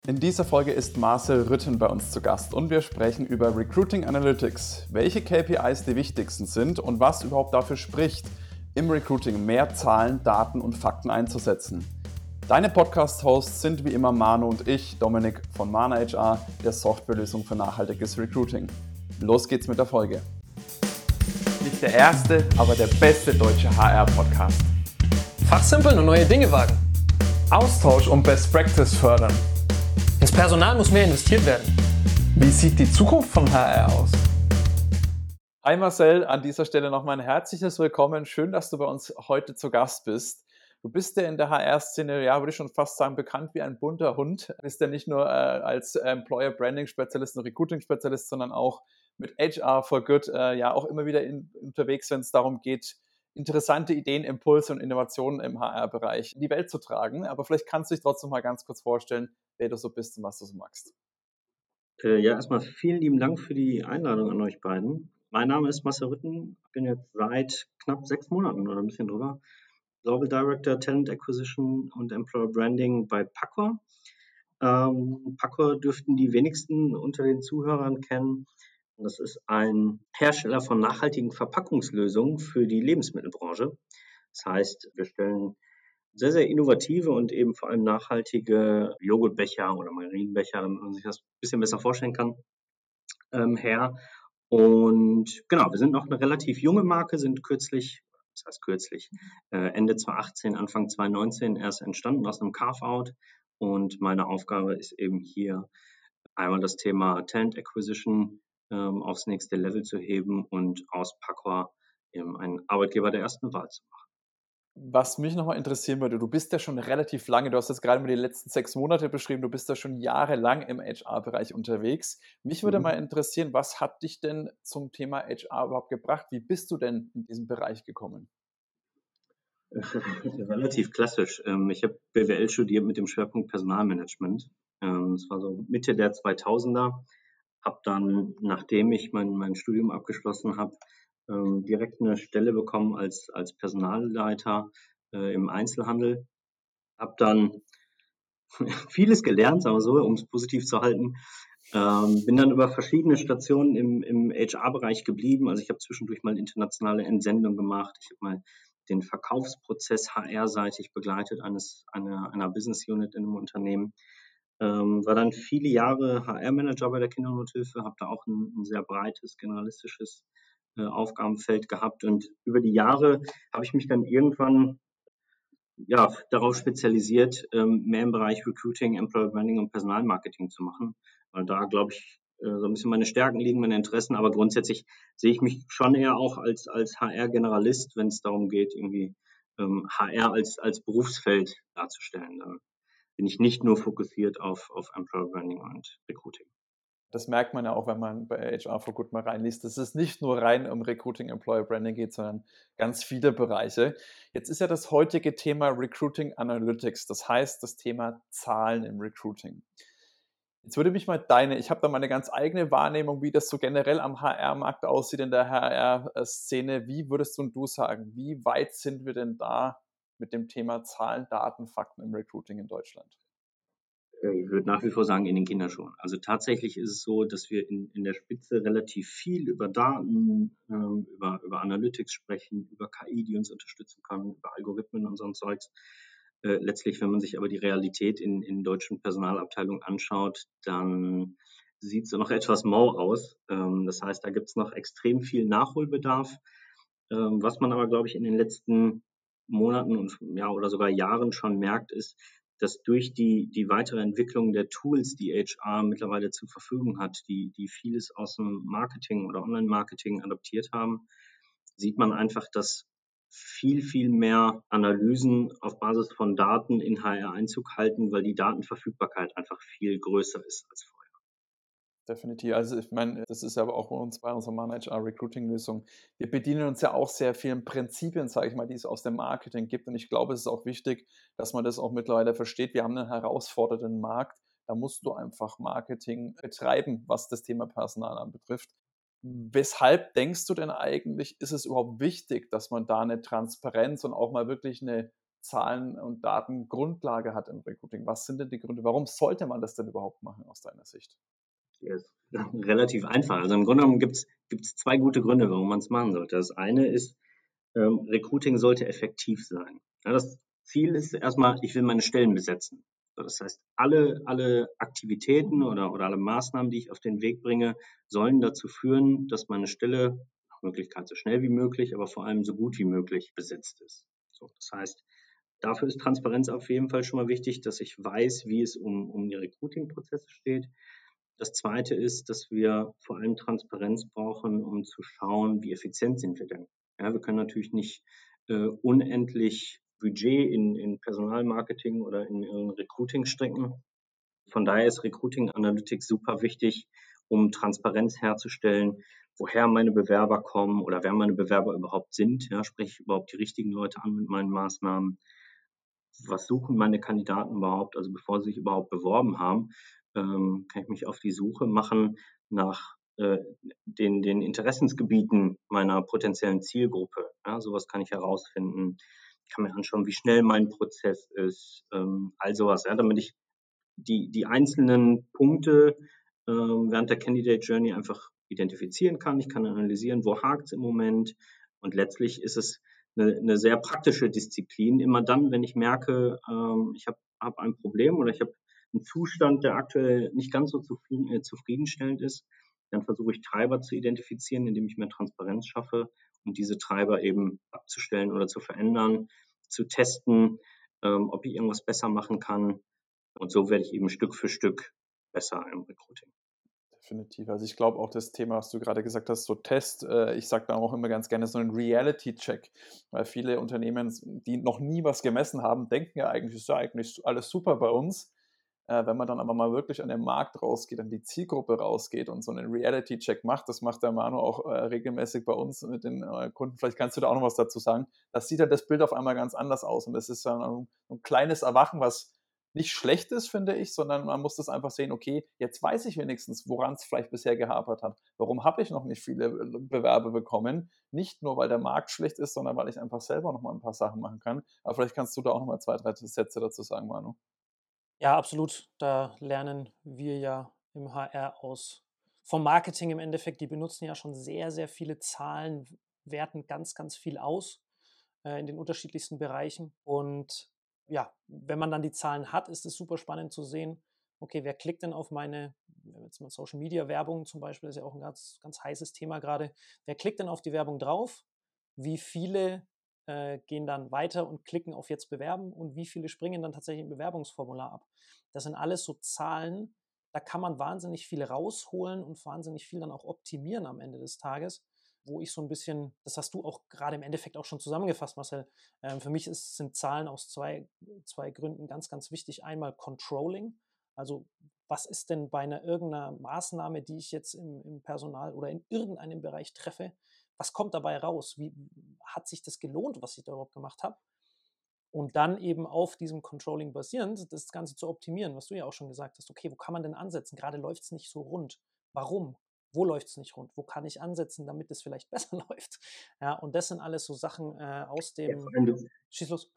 In dieser Folge ist Marcel Rütten bei uns zu Gast und wir sprechen über Recruiting Analytics, welche KPIs die wichtigsten sind und was überhaupt dafür spricht, im Recruiting mehr Zahlen, Daten und Fakten einzusetzen. Deine Podcast-Hosts sind wie immer Manu und ich, Dominik von Mana HR, der Softwarelösung für nachhaltiges Recruiting. Los geht's mit der Folge. Nicht der erste, aber der beste deutsche HR-Podcast. Fachsimpeln und neue Dinge wagen. Austausch und Best Practice fördern. Ins Personal muss mehr investiert werden. Wie sieht die Zukunft von HR aus? Hi Marcel, an dieser Stelle nochmal ein herzliches Willkommen. Schön, dass du bei uns heute zu Gast bist. Du bist ja in der HR-Szene, ja, würde ich schon fast sagen, bekannt wie ein bunter Hund. Du bist ja nicht nur als Employer Branding Spezialist und Recruiting Spezialist, sondern auch mit HR for Good ja auch immer wieder unterwegs, wenn es darum geht, interessante Ideen, Impulse und Innovationen im HR-Bereich in die Welt zu tragen. Aber vielleicht kannst du dich trotzdem mal ganz kurz vorstellen, wer du so bist und was du so magst. Ja, erstmal vielen lieben Dank für die Einladung an euch beiden. Mein Name ist Marcel Rütten, bin jetzt seit knapp 6 Monaten oder ein bisschen drüber Global Director Talent Acquisition und Employer Branding bei Pacor. Pacor dürften die wenigsten unter den Zuhörern kennen. Das ist ein Hersteller von nachhaltigen Verpackungslösungen für die Lebensmittelbranche. Das heißt, wir stellen sehr, sehr innovative und eben vor allem nachhaltige Joghurtbecher oder Margarinenbecher, damit man sich das ein bisschen besser vorstellen kann, her. Und genau, wir sind noch eine relativ junge Marke, sind kürzlich, das heißt kürzlich, Ende 2018, Anfang 2019 erst entstanden aus einem Carve-out. Und meine Aufgabe ist eben hier einmal das Thema Talent Acquisition aufs nächste Level zu heben und aus Pacor eben einen Arbeitgeber der ersten Wahl zu machen. Was mich nochmal interessieren würde, du bist ja schon relativ lange, du hast jetzt gerade mal die letzten 6 Monate beschrieben, du bist ja schon jahrelang im HR-Bereich unterwegs. Mich würde mal interessieren, was hat dich denn zum Thema HR überhaupt gebracht? Wie bist du denn in diesen Bereich gekommen? Relativ klassisch. Ich habe BWL studiert mit dem Schwerpunkt Personalmanagement. Das war so Mitte der 2000er. Habe dann, nachdem ich mein Studium abgeschlossen habe, direkt eine Stelle bekommen als Personalleiter im Einzelhandel. Habe dann vieles gelernt, sagen wir so, um es positiv zu halten. Bin dann über verschiedene Stationen im HR-Bereich geblieben. Also ich habe zwischendurch mal internationale Entsendung gemacht. Ich habe mal den Verkaufsprozess HR-seitig begleitet einer Business Unit in einem Unternehmen. War dann viele Jahre HR-Manager bei der Kindernothilfe, habe da auch ein sehr breites, generalistisches Aufgabenfeld gehabt. Und über die Jahre habe ich mich dann irgendwann darauf spezialisiert, mehr im Bereich Recruiting, Employer Branding und Personalmarketing zu machen. Weil da, glaube ich, so ein bisschen meine Stärken liegen, meine Interessen. Aber grundsätzlich sehe ich mich schon eher auch als HR-Generalist, wenn es darum geht, irgendwie HR als Berufsfeld darzustellen. Dann bin ich nicht nur fokussiert auf Employer Branding und Recruiting. Das merkt man ja auch, wenn man bei HR for Good mal reinliest, dass es nicht nur rein um Recruiting, Employer Branding geht, sondern ganz viele Bereiche. Jetzt ist ja das heutige Thema Recruiting Analytics, das heißt das Thema Zahlen im Recruiting. Jetzt würde mich mal ich habe da meine ganz eigene Wahrnehmung, wie das so generell am HR-Markt aussieht, in der HR-Szene. Wie würdest du sagen, wie weit sind wir denn da mit dem Thema Zahlen, Daten, Fakten im Recruiting in Deutschland? Ich würde nach wie vor sagen, in den Kinderschuhen. Also tatsächlich ist es so, dass wir in der Spitze relativ viel über Daten, über Analytics sprechen, über KI, die uns unterstützen kann, über Algorithmen und so ein Zeugs. Letztlich, wenn man sich aber die Realität in deutschen Personalabteilungen anschaut, dann sieht es noch etwas mau aus. Das heißt, da gibt es noch extrem viel Nachholbedarf. Was man aber, glaube ich, in den letzten Monaten und oder sogar Jahren schon merkt, ist, dass durch die weitere Entwicklung der Tools, die HR mittlerweile zur Verfügung hat, die vieles aus dem Marketing oder Online-Marketing adaptiert haben, sieht man einfach, dass viel, viel mehr Analysen auf Basis von Daten in HR Einzug halten, weil die Datenverfügbarkeit einfach viel größer ist als vorher. Definitiv. Also ich meine, das ist ja aber auch bei unserer Man-HR-Recruiting-Lösung. Wir bedienen uns ja auch sehr vielen Prinzipien, sage ich mal, die es aus dem Marketing gibt. Und ich glaube, es ist auch wichtig, dass man das auch mittlerweile versteht. Wir haben einen herausfordernden Markt. Da musst du einfach Marketing betreiben, was das Thema Personal anbetrifft. Weshalb denkst du denn eigentlich, ist es überhaupt wichtig, dass man da eine Transparenz und auch mal wirklich eine Zahlen und Daten Grundlage hat im Recruiting? Was sind denn die Gründe? Warum sollte man das denn überhaupt machen aus deiner Sicht? Ja, ist relativ einfach. Also im Grunde genommen gibt's zwei gute Gründe, warum man es machen sollte. Das eine ist, Recruiting sollte effektiv sein. Ja, das Ziel ist erstmal, ich will meine Stellen besetzen. So, das heißt, alle Aktivitäten oder alle Maßnahmen, die ich auf den Weg bringe, sollen dazu führen, dass meine Stelle nach Möglichkeit so schnell wie möglich, aber vor allem so gut wie möglich besetzt ist. So, das heißt, dafür ist Transparenz auf jeden Fall schon mal wichtig, dass ich weiß, wie es um die Recruiting-Prozesse steht. Das zweite ist, dass wir vor allem Transparenz brauchen, um zu schauen, wie effizient sind wir denn. Ja, wir können natürlich nicht unendlich Budget in Personalmarketing oder in Recruiting stecken. Von daher ist Recruiting Analytics super wichtig, um Transparenz herzustellen, woher meine Bewerber kommen oder wer meine Bewerber überhaupt sind. Ja, spreche ich überhaupt die richtigen Leute an mit meinen Maßnahmen? Was suchen meine Kandidaten überhaupt? Also bevor sie sich überhaupt beworben haben, kann ich mich auf die Suche machen nach den Interessensgebieten meiner potenziellen Zielgruppe. Ja, sowas kann ich herausfinden. Ich kann mir anschauen, wie schnell mein Prozess ist, all sowas, ja, damit ich die einzelnen Punkte während der Candidate Journey einfach identifizieren kann. Ich kann analysieren, wo hakt es im Moment. Und letztlich ist es eine sehr praktische Disziplin. Immer dann, wenn ich merke, ich hab ein Problem oder ich habe einen Zustand, der aktuell nicht ganz so zufriedenstellend ist, dann versuche ich Treiber zu identifizieren, indem ich mehr Transparenz schaffe und diese Treiber eben abzustellen oder zu verändern, zu testen, ob ich irgendwas besser machen kann. Und so werde ich eben Stück für Stück besser im Recruiting. Definitiv. Also ich glaube auch das Thema, was du gerade gesagt hast, so Test, ich sage da auch immer ganz gerne so einen Reality-Check, weil viele Unternehmen, die noch nie was gemessen haben, denken ja eigentlich, ist ja eigentlich alles super bei uns. Wenn man dann aber mal wirklich an den Markt rausgeht, an die Zielgruppe rausgeht und so einen Reality-Check macht, das macht der Manu auch regelmäßig bei uns mit den Kunden, vielleicht kannst du da auch noch was dazu sagen, das sieht ja das Bild auf einmal ganz anders aus und das ist ja ein kleines Erwachen, was nicht schlecht ist, finde ich, sondern man muss das einfach sehen, okay, jetzt weiß ich wenigstens, woran es vielleicht bisher gehapert hat. Warum habe ich noch nicht viele Bewerber bekommen? Nicht nur, weil der Markt schlecht ist, sondern weil ich einfach selber noch mal ein paar Sachen machen kann. Aber vielleicht kannst du da auch noch mal 2, 3 Sätze dazu sagen, Manu. Ja, absolut. Da lernen wir ja im HR aus vom Marketing im Endeffekt. Die benutzen ja schon sehr, sehr viele Zahlen, werten ganz, ganz viel aus in den unterschiedlichsten Bereichen. Und ja, wenn man dann die Zahlen hat, ist es super spannend zu sehen, okay, wer klickt denn auf meine, jetzt mal Social Media Werbung zum Beispiel, ist ja auch ein ganz, ganz heißes Thema gerade. Wer klickt denn auf die Werbung drauf? Wie viele gehen dann weiter und klicken auf jetzt bewerben und wie viele springen dann tatsächlich im Bewerbungsformular ab? Das sind alles so Zahlen, da kann man wahnsinnig viel rausholen und wahnsinnig viel dann auch optimieren am Ende des Tages, wo ich so ein bisschen, das hast du auch gerade im Endeffekt auch schon zusammengefasst, Marcel. Für mich sind Zahlen aus zwei Gründen ganz, ganz wichtig. Einmal Controlling, also was ist denn bei irgendeiner Maßnahme, die ich jetzt im Personal oder in irgendeinem Bereich treffe, was kommt dabei raus? Wie hat sich das gelohnt, was ich da überhaupt gemacht habe? Und dann eben auf diesem Controlling basierend das Ganze zu optimieren, was du ja auch schon gesagt hast. Okay, wo kann man denn ansetzen? Gerade läuft es nicht so rund. Warum? Wo läuft es nicht rund? Wo kann ich ansetzen, damit es vielleicht besser läuft? Ja, und das sind alles so Sachen aus Ja, vor dem. allem, Schieß los.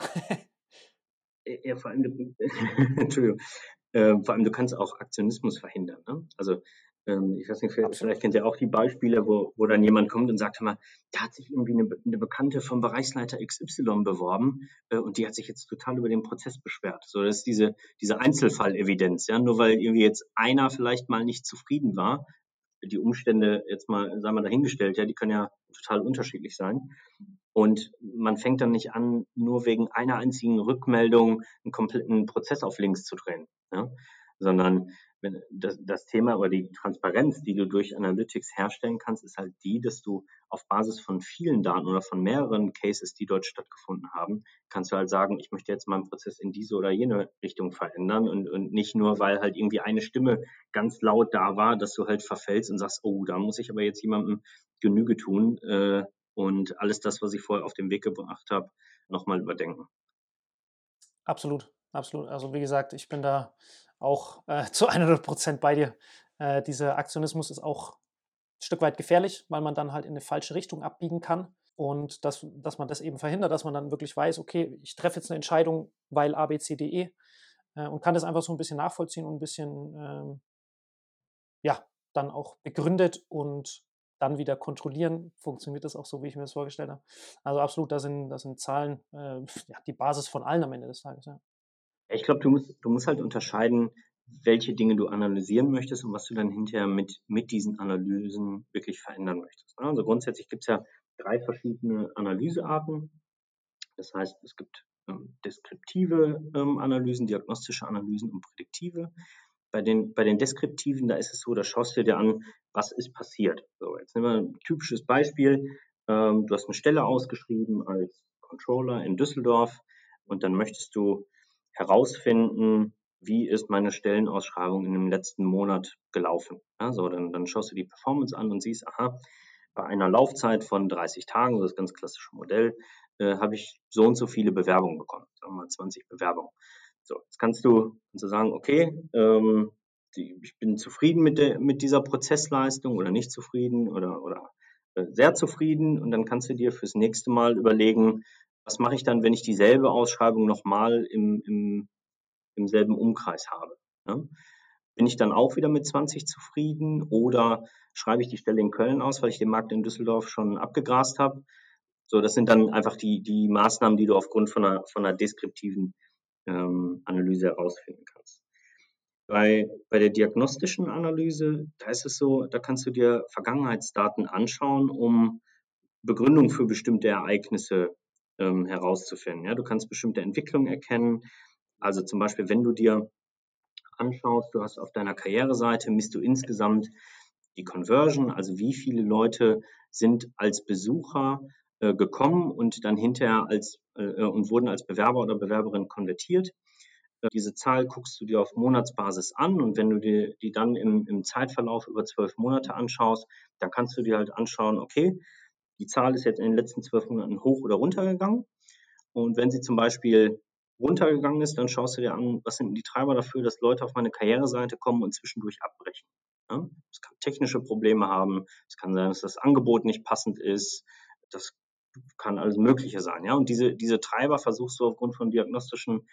ja, vor allem, Entschuldigung, vor allem, du kannst auch Aktionismus verhindern. Ne? Also ich weiß nicht, vielleicht Absolut. kennt ihr auch die Beispiele, wo dann jemand kommt und sagt, hör mal, da hat sich irgendwie eine Bekannte vom Bereichsleiter XY beworben und die hat sich jetzt total über den Prozess beschwert. So, das ist diese Einzelfallevidenz. Ja? Nur weil irgendwie jetzt einer vielleicht mal nicht zufrieden war, die Umstände jetzt mal, sagen wir dahingestellt, ja, die können ja total unterschiedlich sein. Und man fängt dann nicht an, nur wegen einer einzigen Rückmeldung einen kompletten Prozess auf links zu drehen, ja? Sondern wenn das Thema oder die Transparenz, die du durch Analytics herstellen kannst, ist halt die, dass du auf Basis von vielen Daten oder von mehreren Cases, die dort stattgefunden haben, kannst du halt sagen, ich möchte jetzt meinen Prozess in diese oder jene Richtung verändern und nicht nur, weil halt irgendwie eine Stimme ganz laut da war, dass du halt verfällst und sagst, oh, da muss ich aber jetzt jemandem Genüge tun, und alles das, was ich vorher auf den Weg gebracht habe, nochmal überdenken. Absolut, absolut. Also wie gesagt, ich bin da auch zu 100% bei dir. Dieser Aktionismus ist auch ein Stück weit gefährlich, weil man dann halt in eine falsche Richtung abbiegen kann. und dass man das eben verhindert, dass man dann wirklich weiß, okay, ich treffe jetzt eine Entscheidung, weil A, B, C, D, E und kann das einfach so ein bisschen nachvollziehen und ein bisschen, ja, dann auch begründet und dann wieder kontrollieren, funktioniert das auch so, wie ich mir das vorgestellt habe. Also absolut, da sind Zahlen, ja, die Basis von allen am Ende des Tages, ja. Ich glaube, du musst halt unterscheiden, welche Dinge du analysieren möchtest und was du dann hinterher mit diesen Analysen wirklich verändern möchtest. Ne? Also grundsätzlich gibt es ja 3 verschiedene Analysearten. Das heißt, es gibt deskriptive Analysen, diagnostische Analysen und prädiktive. Bei den deskriptiven, da ist es so, da schaust du dir an, was ist passiert. So, jetzt nehmen wir ein typisches Beispiel. Du hast eine Stelle ausgeschrieben als Controller in Düsseldorf und dann möchtest du herausfinden, wie ist meine Stellenausschreibung in dem letzten Monat gelaufen. Also dann schaust du die Performance an und siehst, aha, bei einer Laufzeit von 30 Tagen, das ganz klassische Modell, habe ich so und so viele Bewerbungen bekommen, sagen wir mal 20 Bewerbungen. So, jetzt kannst du sagen, okay, ich bin zufrieden mit dieser Prozessleistung oder nicht zufrieden oder sehr zufrieden und dann kannst du dir fürs nächste Mal überlegen, was mache ich dann, wenn ich dieselbe Ausschreibung nochmal im selben Umkreis habe. Ne? Bin ich dann auch wieder mit 20 zufrieden oder schreibe ich die Stelle in Köln aus, weil ich den Markt in Düsseldorf schon abgegrast habe? So, das sind dann einfach die Maßnahmen, die du aufgrund von einer deskriptiven Analyse herausfinden kannst. Bei der diagnostischen Analyse, da ist es so, da kannst du dir Vergangenheitsdaten anschauen, um Begründung für bestimmte Ereignisse herauszufinden. Ja, du kannst bestimmte Entwicklungen erkennen. Also zum Beispiel, wenn du dir anschaust, du hast auf deiner Karriereseite, misst du insgesamt die Conversion, also wie viele Leute sind als Besucher gekommen und dann hinterher und wurden als Bewerber oder Bewerberin konvertiert. Diese Zahl guckst du dir auf Monatsbasis an und wenn du dir die dann im Zeitverlauf über 12 Monate anschaust, dann kannst du dir halt anschauen, okay, die Zahl ist jetzt in den letzten 12 Monaten hoch oder runter gegangen. Und wenn sie zum Beispiel runtergegangen ist, dann schaust du dir an, was sind die Treiber dafür, dass Leute auf meine Karriereseite kommen und zwischendurch abbrechen. Ja? Es kann technische Probleme haben, es kann sein, dass das Angebot nicht passend ist, das kann alles Mögliche sein. Ja? Und diese Treiber versuchst du aufgrund von diagnostischen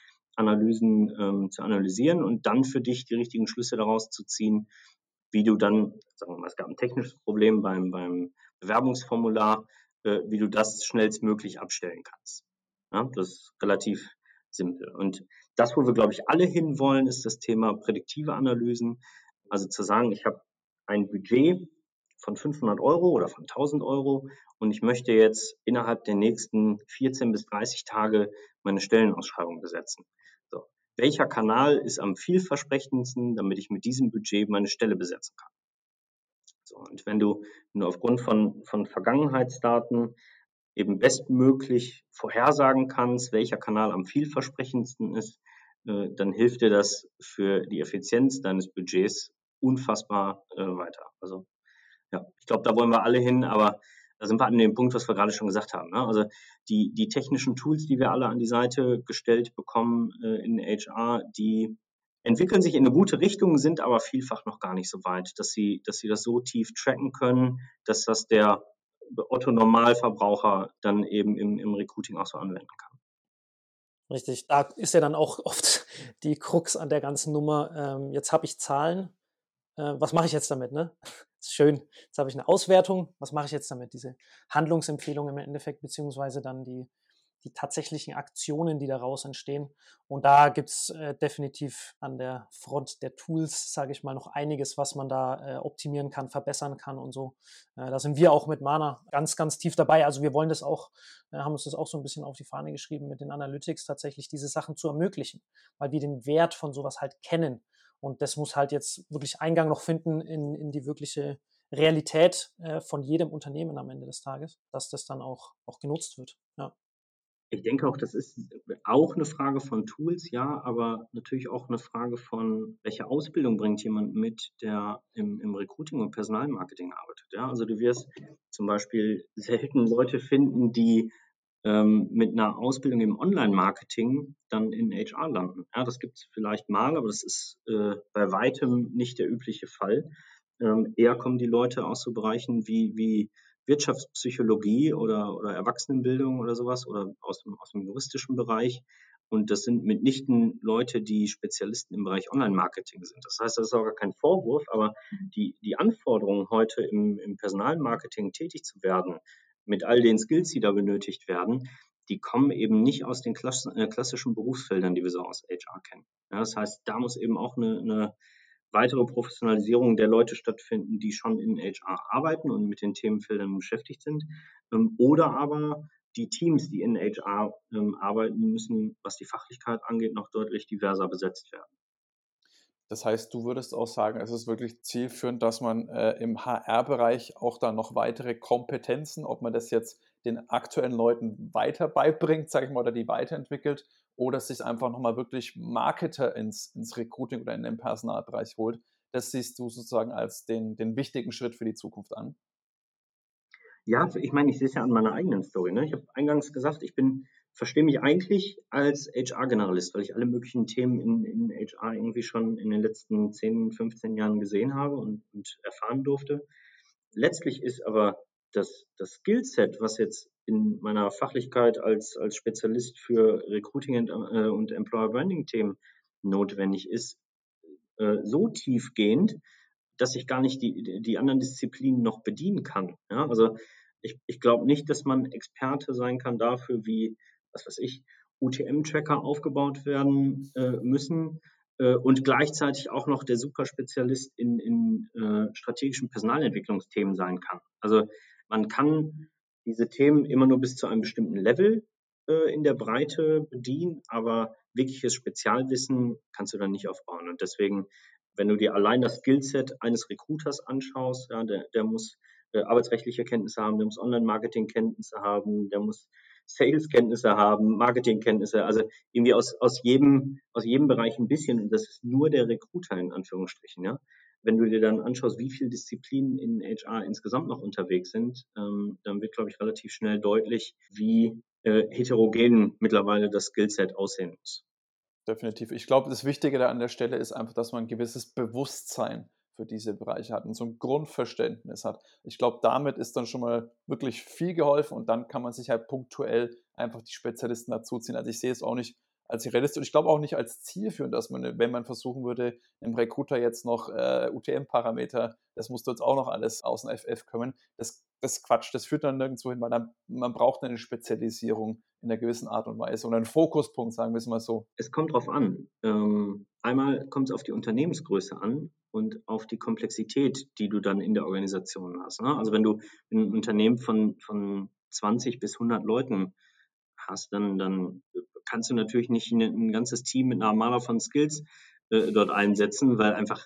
Analysen zu analysieren und dann für dich die richtigen Schlüsse daraus zu ziehen, wie du dann, sagen wir mal, es gab ein technisches Problem beim Bewerbungsformular, wie du das schnellstmöglich abstellen kannst. Ja, das ist relativ simpel. Und das, wo wir, glaube ich, alle hinwollen, ist das Thema prädiktive Analysen. Also zu sagen, ich habe ein Budget von 500 Euro oder von 1000 Euro und ich möchte jetzt innerhalb der nächsten 14 bis 30 Tage meine Stellenausschreibung besetzen. So. Welcher Kanal ist am vielversprechendsten, damit ich mit diesem Budget meine Stelle besetzen kann? So, und wenn du aufgrund von Vergangenheitsdaten eben bestmöglich vorhersagen kannst, welcher Kanal am vielversprechendsten ist, dann hilft dir das für die Effizienz deines Budgets unfassbar weiter. Also ja, ich glaube, da wollen wir alle hin, aber da sind wir an dem Punkt, was wir gerade schon gesagt haben. Ne? Also die technischen Tools, die wir alle an die Seite gestellt bekommen in HR, die entwickeln sich in eine gute Richtung, sind aber vielfach noch gar nicht so weit, dass sie das so tief tracken können, dass das der Otto-Normalverbraucher dann eben im Recruiting auch so anwenden kann. Richtig, da ist ja dann auch oft die Krux an der ganzen Nummer. Jetzt habe ich Zahlen, was mache ich jetzt damit? Ne? Ist schön, jetzt habe ich eine Auswertung, was mache ich jetzt damit? Diese Handlungsempfehlung im Endeffekt, beziehungsweise dann die tatsächlichen Aktionen, die daraus entstehen. Und da gibt es definitiv an der Front der Tools, sage ich mal, noch einiges, was man da optimieren kann, verbessern kann und so. Da sind wir auch mit Mana ganz, ganz tief dabei. Also wir wollen das auch, haben uns das auch so ein bisschen auf die Fahne geschrieben, mit den Analytics tatsächlich diese Sachen zu ermöglichen, weil wir den Wert von sowas halt kennen. Und das muss halt jetzt wirklich Eingang noch finden in die wirkliche Realität von jedem Unternehmen am Ende des Tages, dass das dann auch genutzt wird. Ja. Ich denke auch, das ist auch eine Frage von Tools, ja, aber natürlich auch eine Frage von, welche Ausbildung bringt jemand mit, der im Recruiting und Personalmarketing arbeitet. Ja, also du wirst zum Beispiel selten Leute finden, die mit einer Ausbildung im Online-Marketing dann in HR landen. Ja, das gibt es vielleicht mal, aber das ist bei weitem nicht der übliche Fall. Eher kommen die Leute aus so Bereichen wie Wirtschaftspsychologie oder Erwachsenenbildung oder sowas oder aus dem juristischen Bereich. Und das sind mitnichten Leute, die Spezialisten im Bereich Online-Marketing sind. Das heißt, das ist auch gar kein Vorwurf, aber die Anforderungen heute im Personalmarketing tätig zu werden, mit all den Skills, die da benötigt werden, die kommen eben nicht aus den klassischen Berufsfeldern, die wir so aus HR kennen. Ja, das heißt, da muss eben auch eine weitere Professionalisierung der Leute stattfinden, die schon in HR arbeiten und mit den Themenfeldern beschäftigt sind. Oder aber die Teams, die in HR arbeiten, müssen, was die Fachlichkeit angeht, noch deutlich diverser besetzt werden. Das heißt, du würdest auch sagen, es ist wirklich zielführend, dass man im HR-Bereich auch da noch weitere Kompetenzen, ob man das jetzt den aktuellen Leuten weiter beibringt, sage ich mal, oder die weiterentwickelt, oder sich einfach nochmal wirklich Marketer ins Recruiting oder in den Personalbereich holt. Das siehst du sozusagen als den wichtigen Schritt für die Zukunft an. Ja, ich meine, ich sehe es ja an meiner eigenen Story. Ne? Ich habe eingangs gesagt, verstehe mich eigentlich als HR-Generalist, weil ich alle möglichen Themen in HR irgendwie schon in den letzten 10, 15 Jahren gesehen habe und erfahren durfte. Letztlich ist aber das Skillset, was jetzt in meiner Fachlichkeit als Spezialist für Recruiting und Employer Branding Themen notwendig ist, so tiefgehend, dass ich gar nicht die anderen Disziplinen noch bedienen kann. Ja, also ich glaube nicht, dass man Experte sein kann dafür, wie, was weiß ich, UTM-Tracker aufgebaut werden müssen und gleichzeitig auch noch der Superspezialist in strategischen Personalentwicklungsthemen sein kann. Also man kann diese Themen immer nur bis zu einem bestimmten Level in der Breite bedienen, aber wirkliches Spezialwissen kannst du dann nicht aufbauen. Und deswegen, wenn du dir allein das Skillset eines Recruiters anschaust, ja, der muss arbeitsrechtliche Kenntnisse haben, der muss Online-Marketing-Kenntnisse haben, der muss Sales-Kenntnisse haben, Marketing-Kenntnisse, also irgendwie aus jedem Bereich ein bisschen. Und das ist nur der Recruiter in Anführungsstrichen, ja. Wenn du dir dann anschaust, wie viele Disziplinen in HR insgesamt noch unterwegs sind, dann wird, glaube ich, relativ schnell deutlich, wie heterogen mittlerweile das Skillset aussehen muss. Definitiv. Ich glaube, das Wichtige da an der Stelle ist einfach, dass man ein gewisses Bewusstsein für diese Bereiche hat und so ein Grundverständnis hat. Ich glaube, damit ist dann schon mal wirklich viel geholfen und dann kann man sich halt punktuell einfach die Spezialisten dazuziehen. Also ich sehe es auch nicht als realistisch und ich glaube auch nicht als zielführend, dass man, wenn man versuchen würde, im Recruiter jetzt noch UTM-Parameter, das musst du jetzt auch noch alles aus dem FF kommen. Das Quatsch, das führt dann nirgendwo hin, weil dann, man braucht eine Spezialisierung in einer gewissen Art und Weise und einen Fokuspunkt, sagen wir es mal so. Es kommt drauf an. Einmal kommt es auf die Unternehmensgröße an und auf die Komplexität, die du dann in der Organisation hast. Ne? Also wenn du ein Unternehmen von 20 bis 100 Leuten hast, dann kannst du natürlich nicht ein ganzes Team mit einer Armada von Skills dort einsetzen, weil einfach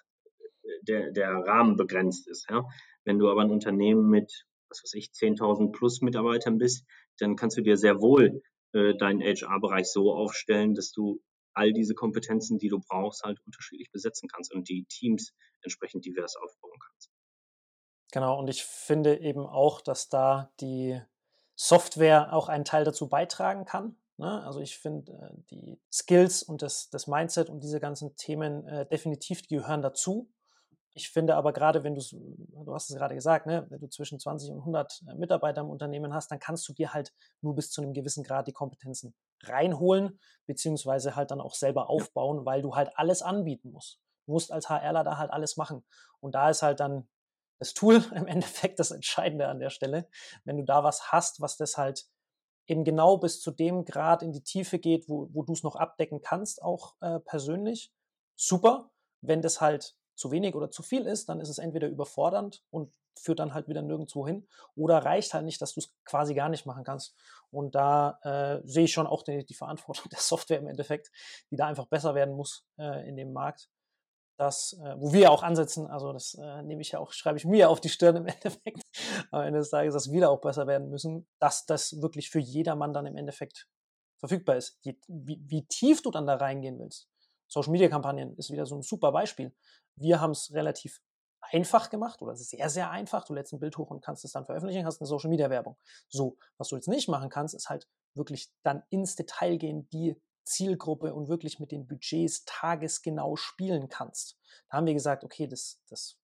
der Rahmen begrenzt ist. Ja? Wenn du aber ein Unternehmen mit, was weiß ich, 10.000 plus Mitarbeitern bist, dann kannst du dir sehr wohl deinen HR-Bereich so aufstellen, dass du all diese Kompetenzen, die du brauchst, halt unterschiedlich besetzen kannst und die Teams entsprechend divers aufbauen kannst. Genau, und ich finde eben auch, dass da die Software auch einen Teil dazu beitragen kann. Ne? Also ich finde die Skills und das Mindset und diese ganzen Themen definitiv, die gehören dazu. Ich finde aber gerade, wenn du hast es gerade gesagt, ne, wenn du zwischen 20 und 100 Mitarbeiter im Unternehmen hast, dann kannst du dir halt nur bis zu einem gewissen Grad die Kompetenzen reinholen, beziehungsweise halt dann auch selber aufbauen, weil du halt alles anbieten musst. Du musst als HRler da halt alles machen. Und da ist halt dann das Tool im Endeffekt das Entscheidende an der Stelle. Wenn du da was hast, was das halt eben genau bis zu dem Grad in die Tiefe geht, wo du es noch abdecken kannst, auch persönlich, super. Wenn das halt zu wenig oder zu viel ist, dann ist es entweder überfordernd und führt dann halt wieder nirgendwo hin oder reicht halt nicht, dass du es quasi gar nicht machen kannst. Und da sehe ich schon auch die Verantwortung der Software im Endeffekt, die da einfach besser werden muss in dem Markt. Das, wo wir ja auch ansetzen, also das nehme ich ja auch, schreibe ich mir auf die Stirn im Endeffekt, am Ende des Tages, dass wir da auch besser werden müssen, dass das wirklich für jedermann dann im Endeffekt verfügbar ist. Wie tief du dann da reingehen willst. Social-Media-Kampagnen ist wieder so ein super Beispiel. Wir haben es relativ einfach gemacht oder sehr, sehr einfach. Du lädst ein Bild hoch und kannst es dann veröffentlichen, hast eine Social-Media-Werbung. So, was du jetzt nicht machen kannst, ist halt wirklich dann ins Detail gehen, die Zielgruppe und wirklich mit den Budgets tagesgenau spielen kannst. Da haben wir gesagt, okay, das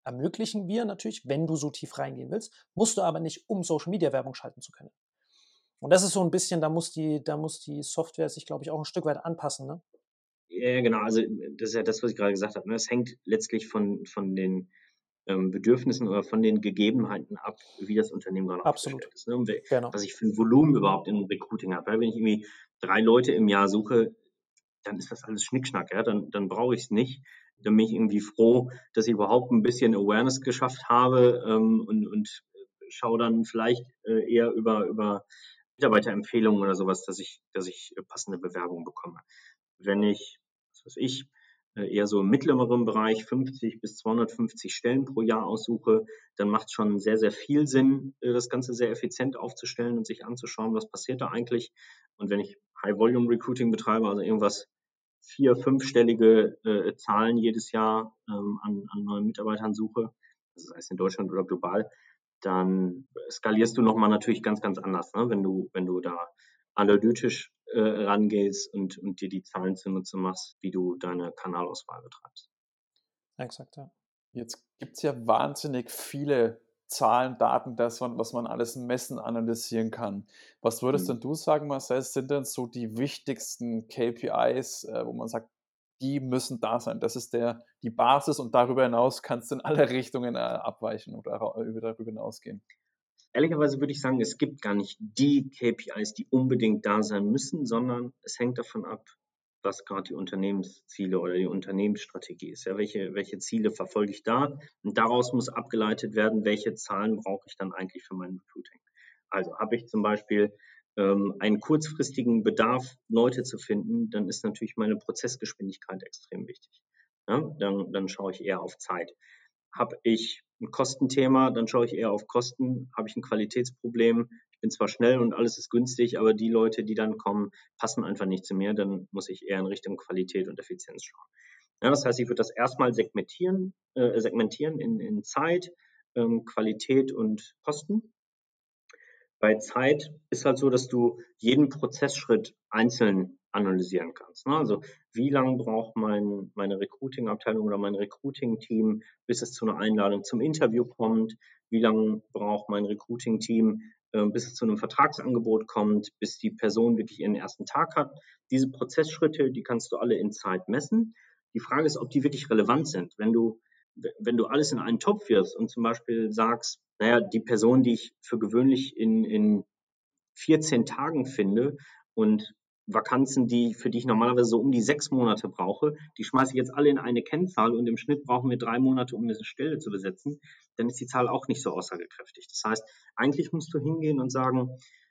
ermöglichen wir natürlich, wenn du so tief reingehen willst, musst du aber nicht, um Social-Media-Werbung schalten zu können. Und das ist so ein bisschen, da muss die Software sich, glaube ich, auch ein Stück weit anpassen, ne? Ja, genau. Also das ist ja das, was ich gerade gesagt habe. Ne? Es hängt letztlich von den Bedürfnissen oder von den Gegebenheiten ab, wie das Unternehmen gerade Absolut, aufgestellt ist. Ne? Und genau. was ich für ein Volumen überhaupt im Recruiting habe. Weil wenn ich irgendwie 3 Leute im Jahr suche, dann ist das alles Schnickschnack. Ja? Dann brauche ich es nicht. Dann bin ich irgendwie froh, dass ich überhaupt ein bisschen Awareness geschafft habe und schaue dann vielleicht eher über Mitarbeiterempfehlungen oder sowas, dass ich passende Bewerbungen bekomme. Wenn ich, was weiß ich, eher so im mittleren Bereich 50 bis 250 Stellen pro Jahr aussuche, dann macht es schon sehr, sehr viel Sinn, das Ganze sehr effizient aufzustellen und sich anzuschauen, was passiert da eigentlich. Und wenn ich High-Volume-Recruiting betreibe, also irgendwas 4-, 5-stellige Zahlen jedes Jahr an neuen Mitarbeitern suche, also sei es in Deutschland oder global, dann skalierst du nochmal natürlich ganz, ganz anders, ne? Wenn du da analytisch rangehst und dir die Zahlen zunutze machst, wie du deine Kanalauswahl betreibst. Exakt, ja. Jetzt gibt es ja wahnsinnig viele Zahlen, Daten, was man alles messen, analysieren kann. Was würdest denn du sagen, Marcel, sind denn so die wichtigsten KPIs, wo man sagt, die müssen da sein? Das ist die Basis und darüber hinaus kannst du in alle Richtungen abweichen oder darüber hinausgehen. Ehrlicherweise würde ich sagen, es gibt gar nicht die KPIs, die unbedingt da sein müssen, sondern es hängt davon ab, was gerade die Unternehmensziele oder die Unternehmensstrategie ist. Ja, welche Ziele verfolge ich da? Und daraus muss abgeleitet werden, welche Zahlen brauche ich dann eigentlich für mein Recruiting. Also habe ich zum Beispiel einen kurzfristigen Bedarf, Leute zu finden, dann ist natürlich meine Prozessgeschwindigkeit extrem wichtig. Ja, dann schaue ich eher auf Zeit. Habe ich ein Kostenthema, dann schaue ich eher auf Kosten. Habe ich ein Qualitätsproblem, ich bin zwar schnell und alles ist günstig, aber die Leute, die dann kommen, passen einfach nicht zu mir, dann muss ich eher in Richtung Qualität und Effizienz schauen. Ja, das heißt, ich würde das erstmal segmentieren in Zeit, Qualität und Kosten. Bei Zeit ist halt so, dass du jeden Prozessschritt einzeln analysieren kannst. Ne? Also wie lange braucht meine Recruiting-Abteilung oder mein Recruiting-Team, bis es zu einer Einladung zum Interview kommt? Wie lange braucht mein Recruiting-Team, bis es zu einem Vertragsangebot kommt, bis die Person wirklich ihren ersten Tag hat? Diese Prozessschritte, die kannst du alle in Zeit messen. Die Frage ist, ob die wirklich relevant sind. Wenn du alles in einen Topf wirfst und zum Beispiel sagst, naja, die Person, die ich für gewöhnlich in 14 Tagen finde und Vakanzen, für die ich normalerweise so um die 6 Monate brauche, die schmeiße ich jetzt alle in eine Kennzahl und im Schnitt brauchen wir 3 Monate, um eine Stelle zu besetzen, dann ist die Zahl auch nicht so aussagekräftig. Das heißt, eigentlich musst du hingehen und sagen,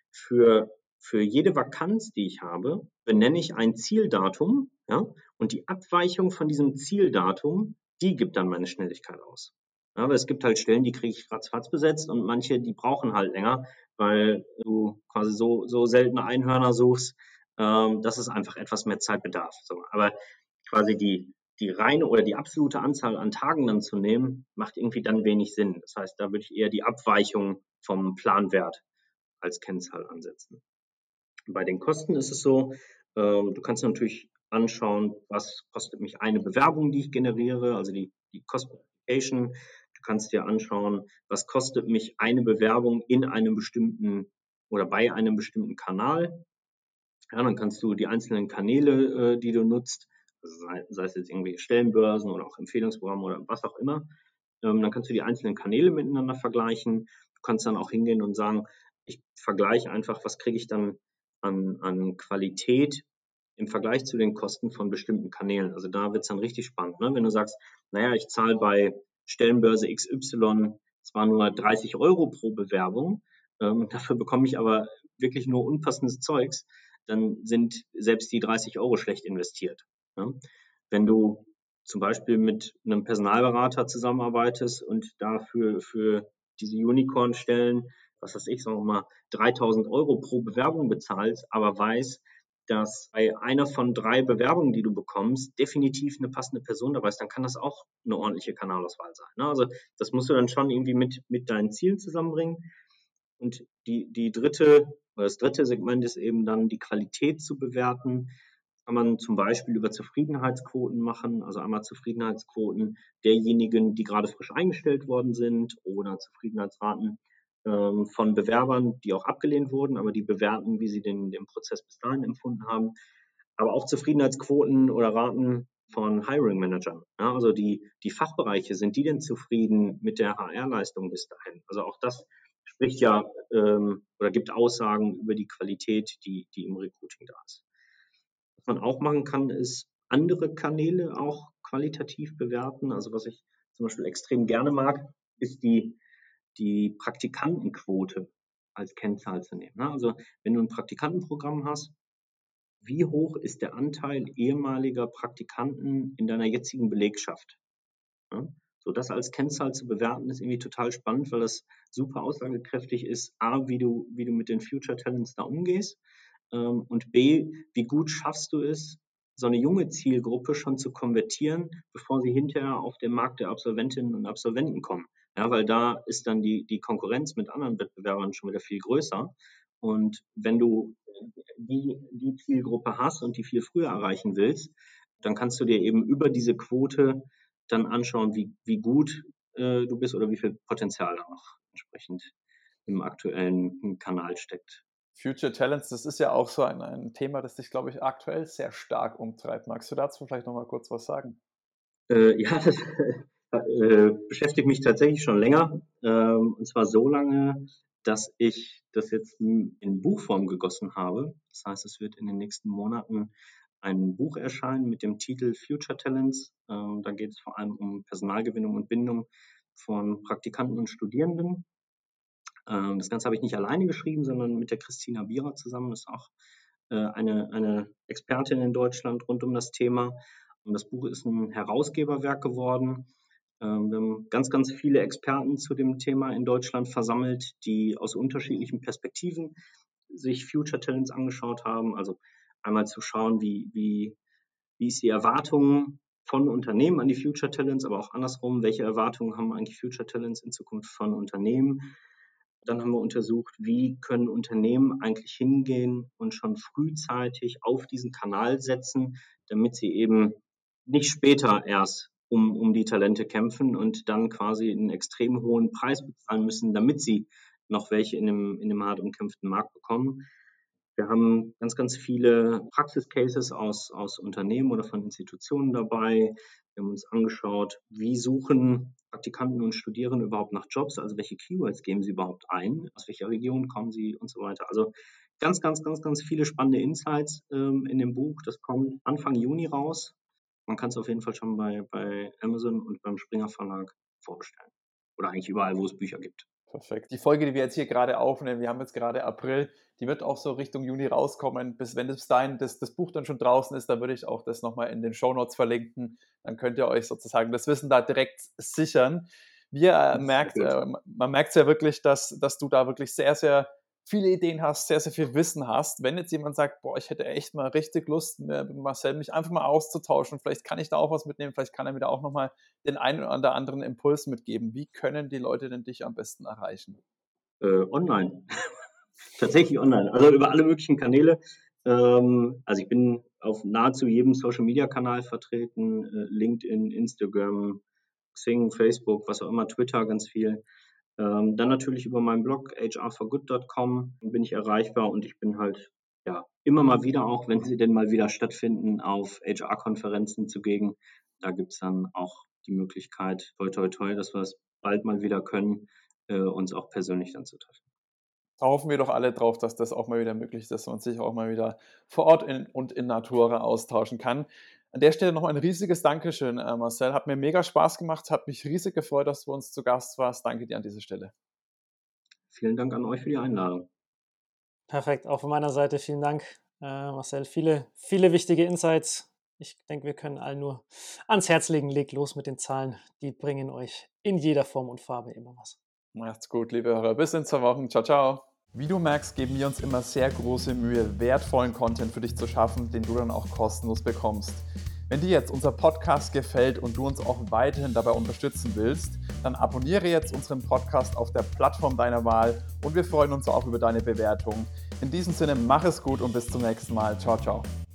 für jede Vakanz, die ich habe, benenne ich ein Zieldatum, ja, und die Abweichung von diesem Zieldatum, die gibt dann meine Schnelligkeit aus. Ja, aber es gibt halt Stellen, die kriege ich ratzfatz besetzt und manche, die brauchen halt länger, weil du quasi so seltene Einhörner suchst, dass es einfach etwas mehr Zeit bedarf. So, aber quasi die reine oder die absolute Anzahl an Tagen dann zu nehmen, macht irgendwie dann wenig Sinn. Das heißt, da würde ich eher die Abweichung vom Planwert als Kennzahl ansetzen. Bei den Kosten ist es so, du kannst natürlich anschauen, was kostet mich eine Bewerbung, die ich generiere, also die Cost per Application. Du kannst dir anschauen, was kostet mich eine Bewerbung in einem bestimmten oder bei einem bestimmten Kanal. Ja, dann kannst du die einzelnen Kanäle, die du nutzt, also sei es jetzt irgendwelche Stellenbörsen oder auch Empfehlungsprogramme oder was auch immer, dann kannst du die einzelnen Kanäle miteinander vergleichen. Du kannst dann auch hingehen und sagen, ich vergleiche einfach, was kriege ich dann an Qualität im Vergleich zu den Kosten von bestimmten Kanälen. Also da wird es dann richtig spannend, ne? Wenn du sagst, naja, ich zahle bei Stellenbörse XY zwar nur 30 Euro pro Bewerbung, dafür bekomme ich aber wirklich nur unpassendes Zeugs, dann sind selbst die 30 Euro schlecht investiert. Ne? Wenn du zum Beispiel mit einem Personalberater zusammenarbeitest und dafür für diese Unicorn-Stellen, was weiß ich, sagen wir mal, 3.000 Euro pro Bewerbung bezahlst, aber weiß, dass bei einer von 3 Bewerbungen, die du bekommst, definitiv eine passende Person dabei ist, dann kann das auch eine ordentliche Kanalauswahl sein. Ne? Also das musst du dann schon irgendwie mit deinen Zielen zusammenbringen. Und das dritte Segment ist eben dann die Qualität zu bewerten. kann man zum Beispiel über Zufriedenheitsquoten machen, also einmal Zufriedenheitsquoten derjenigen, die gerade frisch eingestellt worden sind, oder Zufriedenheitsraten von Bewerbern, die auch abgelehnt wurden, aber die bewerten, wie sie den Prozess bis dahin empfunden haben. Aber auch Zufriedenheitsquoten oder Raten von Hiring-Managern. Ja, also die Fachbereiche, sind die denn zufrieden mit der HR-Leistung bis dahin? Also auch das spricht ja oder gibt Aussagen über die Qualität, die im Recruiting da ist. Was man auch machen kann, ist andere Kanäle auch qualitativ bewerten. Also was ich zum Beispiel extrem gerne mag, ist die Praktikantenquote als Kennzahl zu nehmen. Also wenn du ein Praktikantenprogramm hast, wie hoch ist der Anteil ehemaliger Praktikanten in deiner jetzigen Belegschaft? Ja, so das als Kennzahl zu bewerten, ist irgendwie total spannend, weil das super aussagekräftig ist, A, wie du mit den Future Talents da umgehst, und B, wie gut schaffst du es, so eine junge Zielgruppe schon zu konvertieren, bevor sie hinterher auf den Markt der Absolventinnen und Absolventen kommen. Ja, weil da ist dann die Konkurrenz mit anderen Wettbewerbern schon wieder viel größer. Und wenn du die Zielgruppe hast und die viel früher erreichen willst, dann kannst du dir eben über diese Quote dann anschauen, wie gut du bist oder wie viel Potenzial da noch entsprechend im aktuellen Kanal steckt. Future Talents, das ist ja auch so ein Thema, das dich, glaube ich, aktuell sehr stark umtreibt. Magst du dazu vielleicht noch mal kurz was sagen? Ja, das beschäftigt mich tatsächlich schon länger. Und zwar so lange, dass ich das jetzt in Buchform gegossen habe. Das heißt, es wird in den nächsten Monaten ein Buch erscheinen mit dem Titel Future Talents. Da geht es vor allem um Personalgewinnung und Bindung von Praktikanten und Studierenden. Das Ganze habe ich nicht alleine geschrieben, sondern mit der Christina Bierer zusammen. Das ist auch eine Expertin in Deutschland rund um das Thema. Und das Buch ist ein Herausgeberwerk geworden. Wir haben ganz, ganz viele Experten zu dem Thema in Deutschland versammelt, die aus unterschiedlichen Perspektiven sich Future Talents angeschaut haben. Also einmal zu schauen, wie ist die Erwartung von Unternehmen an die Future Talents, aber auch andersrum, welche Erwartungen haben eigentlich Future Talents in Zukunft von Unternehmen. Dann haben wir untersucht, wie können Unternehmen eigentlich hingehen und schon frühzeitig auf diesen Kanal setzen, damit sie eben nicht später erst um die Talente kämpfen und dann quasi einen extrem hohen Preis bezahlen müssen, damit sie noch welche in dem hart umkämpften Markt bekommen. Wir haben ganz, ganz viele Praxiscases aus Unternehmen oder von Institutionen dabei. Wir haben uns angeschaut, wie suchen Praktikanten und Studierende überhaupt nach Jobs, also welche Keywords geben sie überhaupt ein, aus welcher Region kommen sie und so weiter. Also ganz, ganz, ganz, ganz viele spannende Insights in dem Buch. Das kommt Anfang Juni raus. Man kann es auf jeden Fall schon bei Amazon und beim Springer Verlag vorbestellen. Oder eigentlich überall, wo es Bücher gibt. Perfekt. Die Folge, die wir jetzt hier gerade aufnehmen, wir haben jetzt gerade April, die wird auch so Richtung Juni rauskommen. Wenn bis dahin das Buch dann schon draußen ist, dann würde ich auch das nochmal in den Shownotes verlinken. Dann könnt ihr euch sozusagen das Wissen da direkt sichern. Man merkt es ja wirklich, dass du da wirklich sehr, sehr viele Ideen hast, sehr, sehr viel Wissen hast. Wenn jetzt jemand sagt, boah, ich hätte echt mal richtig Lust, mit Marcel mich einfach mal auszutauschen, vielleicht kann ich da auch was mitnehmen, vielleicht kann er mir da auch nochmal den einen oder anderen Impuls mitgeben. Wie können die Leute denn dich am besten erreichen? Online. Tatsächlich online. Also über alle möglichen Kanäle. Also ich bin auf nahezu jedem Social-Media-Kanal vertreten. LinkedIn, Instagram, Xing, Facebook, was auch immer, Twitter ganz viel. Dann natürlich über meinen Blog hrforgood.com bin ich erreichbar und ich bin halt immer mal wieder, auch wenn sie denn mal wieder stattfinden, auf HR-Konferenzen zugegen. Da gibt es dann auch die Möglichkeit, toi toi toi, dass wir es bald mal wieder können, uns auch persönlich dann zu treffen. Da hoffen wir doch alle drauf, dass das auch mal wieder möglich ist, dass man sich auch mal wieder vor Ort und in Natura austauschen kann. An der Stelle noch ein riesiges Dankeschön, Marcel. Hat mir mega Spaß gemacht, hat mich riesig gefreut, dass du uns zu Gast warst. Danke dir an dieser Stelle. Vielen Dank an euch für die Einladung. Perfekt, auch von meiner Seite vielen Dank, Marcel. Viele, viele wichtige Insights. Ich denke, wir können allen nur ans Herz legen, legt los mit den Zahlen. Die bringen euch in jeder Form und Farbe immer was. Macht's gut, liebe Hörer. Bis in 2 Wochen. Ciao, ciao. Wie du merkst, geben wir uns immer sehr große Mühe, wertvollen Content für dich zu schaffen, den du dann auch kostenlos bekommst. Wenn dir jetzt unser Podcast gefällt und du uns auch weiterhin dabei unterstützen willst, dann abonniere jetzt unseren Podcast auf der Plattform deiner Wahl und wir freuen uns auch über deine Bewertung. In diesem Sinne, mach es gut und bis zum nächsten Mal. Ciao, ciao.